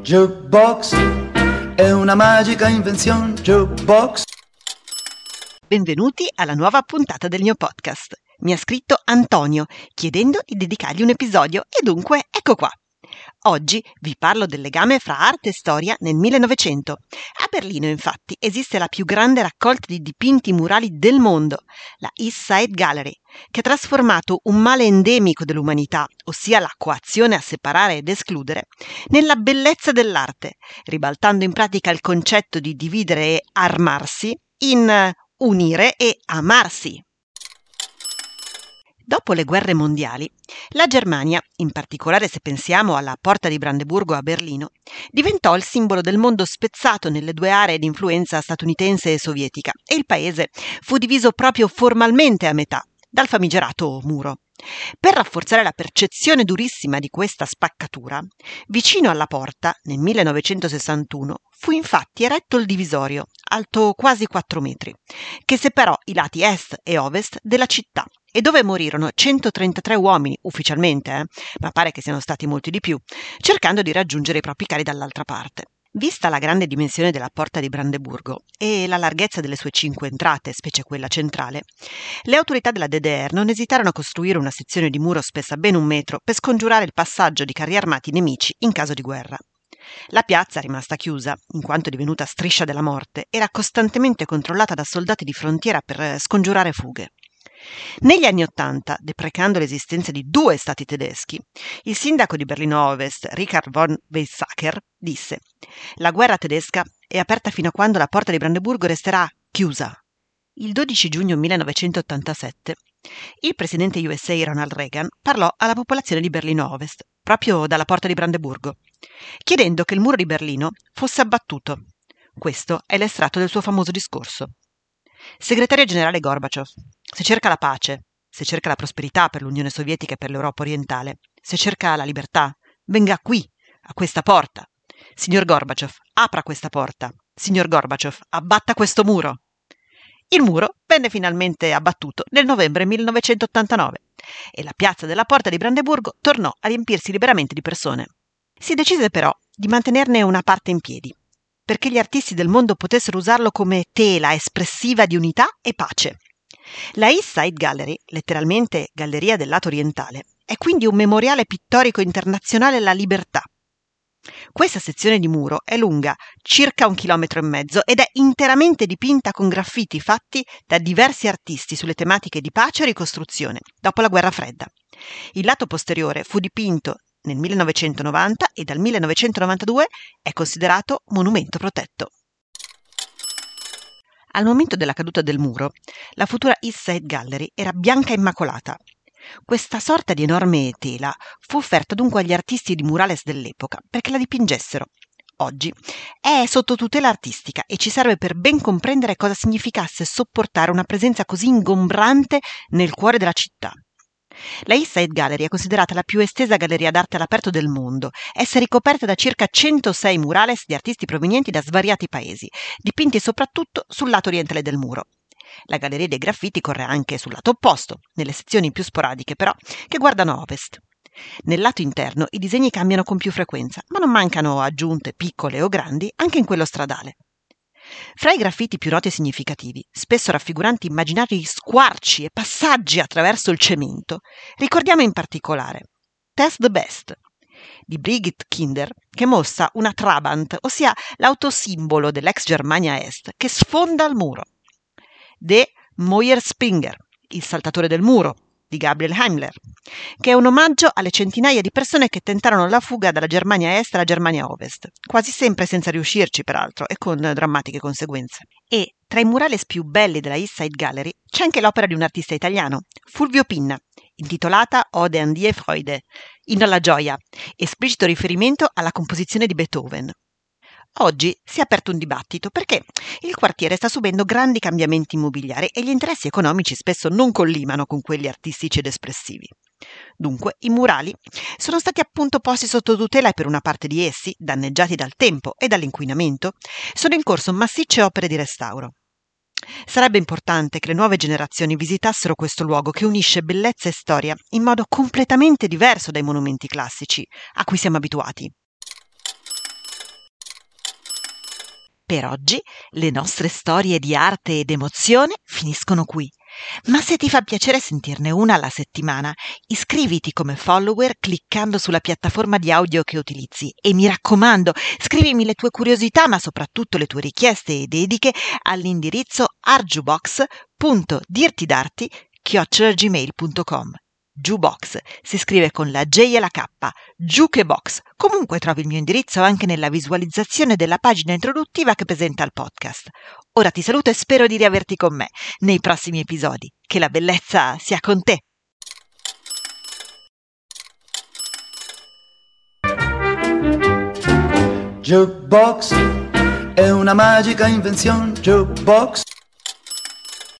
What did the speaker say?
Jukebox è una magica invenzione. Jukebox. Benvenuti alla nuova puntata del mio podcast. Mi ha scritto Antonio chiedendo di dedicargli un episodio e dunque ecco qua. Oggi vi parlo del legame fra arte e storia nel 1900. A Berlino, infatti, esiste la più grande raccolta di dipinti murali del mondo, la East Side Gallery, che ha trasformato un male endemico dell'umanità, ossia la coazione a separare ed escludere, nella bellezza dell'arte, ribaltando in pratica il concetto di dividere e armarsi in unire e amarsi. Dopo le guerre mondiali, la Germania, in particolare se pensiamo alla Porta di Brandeburgo a Berlino, diventò il simbolo del mondo spezzato nelle due aree di influenza statunitense e sovietica e il paese fu diviso proprio formalmente a metà, dal famigerato muro. Per rafforzare la percezione durissima di questa spaccatura, vicino alla porta, nel 1961, fu infatti eretto il divisorio, alto quasi 4 metri, che separò i lati est e ovest della città e dove morirono 133 uomini, ufficialmente, ma pare che siano stati molti di più, cercando di raggiungere i propri cari dall'altra parte. Vista la grande dimensione della Porta di Brandeburgo e la larghezza delle sue 5 entrate, specie quella centrale, le autorità della DDR non esitarono a costruire una sezione di muro spessa ben 1 metro per scongiurare il passaggio di carri armati nemici in caso di guerra. La piazza, rimasta chiusa, in quanto divenuta striscia della morte, era costantemente controllata da soldati di frontiera per scongiurare fughe. Negli anni '80, deprecando l'esistenza di 2 stati tedeschi, il sindaco di Berlino Ovest, Richard von Weizsäcker, disse: «La guerra tedesca è aperta fino a quando la porta di Brandeburgo resterà chiusa». Il 12 giugno 1987, il presidente USA Ronald Reagan parlò alla popolazione di Berlino Ovest, proprio dalla porta di Brandeburgo, chiedendo che il muro di Berlino fosse abbattuto. Questo è l'estratto del suo famoso discorso. Segretario generale Gorbaciov, se cerca la pace, se cerca la prosperità per l'Unione Sovietica e per l'Europa orientale, se cerca la libertà, venga qui, a questa porta. Signor Gorbaciov, apra questa porta. Signor Gorbaciov, abbatta questo muro. Il muro venne finalmente abbattuto nel novembre 1989 e la piazza della Porta di Brandeburgo tornò a riempirsi liberamente di persone. Si decise però di mantenerne una parte in piedi, perché gli artisti del mondo potessero usarlo come tela espressiva di unità e pace. La East Side Gallery, letteralmente Galleria del lato orientale, è quindi un memoriale pittorico internazionale alla libertà. Questa sezione di muro è lunga circa 1,5 chilometri ed è interamente dipinta con graffiti fatti da diversi artisti sulle tematiche di pace e ricostruzione dopo la guerra fredda. Il lato posteriore fu dipinto nel 1990 e dal 1992 è considerato monumento protetto. Al momento della caduta del muro, la futura East Side Gallery era bianca e immacolata. Questa sorta di enorme tela fu offerta dunque agli artisti di murales dell'epoca perché la dipingessero. Oggi è sotto tutela artistica e ci serve per ben comprendere cosa significasse sopportare una presenza così ingombrante nel cuore della città. La East Side Gallery è considerata la più estesa galleria d'arte all'aperto del mondo. Essa è ricoperta da circa 106 murales di artisti provenienti da svariati paesi, dipinti soprattutto sul lato orientale del muro. La galleria dei graffiti corre anche sul lato opposto, nelle sezioni più sporadiche però, che guardano a ovest. Nel lato interno i disegni cambiano con più frequenza, ma non mancano aggiunte piccole o grandi anche in quello stradale. Fra i graffiti più noti e significativi, spesso raffiguranti immaginari squarci e passaggi attraverso il cemento, ricordiamo in particolare Test the Best di Brigitte Kinder, che mostra una Trabant, ossia l'autosimbolo dell'ex Germania Est, che sfonda il muro. De Meuer-Springer, il saltatore del muro, di Gabriel Heimler, che è un omaggio alle centinaia di persone che tentarono la fuga dalla Germania Est alla Germania Ovest, quasi sempre senza riuscirci peraltro e con drammatiche conseguenze. E tra i murales più belli della East Side Gallery c'è anche l'opera di un artista italiano, Fulvio Pinna, intitolata Ode an die Freude, Inno alla gioia, esplicito riferimento alla composizione di Beethoven. Oggi si è aperto un dibattito perché il quartiere sta subendo grandi cambiamenti immobiliari e gli interessi economici spesso non collimano con quelli artistici ed espressivi. Dunque, i murali sono stati appunto posti sotto tutela e per una parte di essi, danneggiati dal tempo e dall'inquinamento, sono in corso massicce opere di restauro. Sarebbe importante che le nuove generazioni visitassero questo luogo che unisce bellezza e storia in modo completamente diverso dai monumenti classici a cui siamo abituati. Per oggi le nostre storie di arte ed emozione finiscono qui. Ma se ti fa piacere sentirne una alla settimana, iscriviti come follower cliccando sulla piattaforma di audio che utilizzi e mi raccomando, scrivimi le tue curiosità ma soprattutto le tue richieste e dediche all'indirizzo arjubox.dirtidarti@gmail.com. Jukebox si scrive con la J e la K, Jukebox. Comunque trovi il mio indirizzo anche nella visualizzazione della pagina introduttiva che presenta il podcast. Ora ti saluto e spero di riaverti con me nei prossimi episodi. Che la bellezza sia con te! Jukebox è una magica invenzione. Jukebox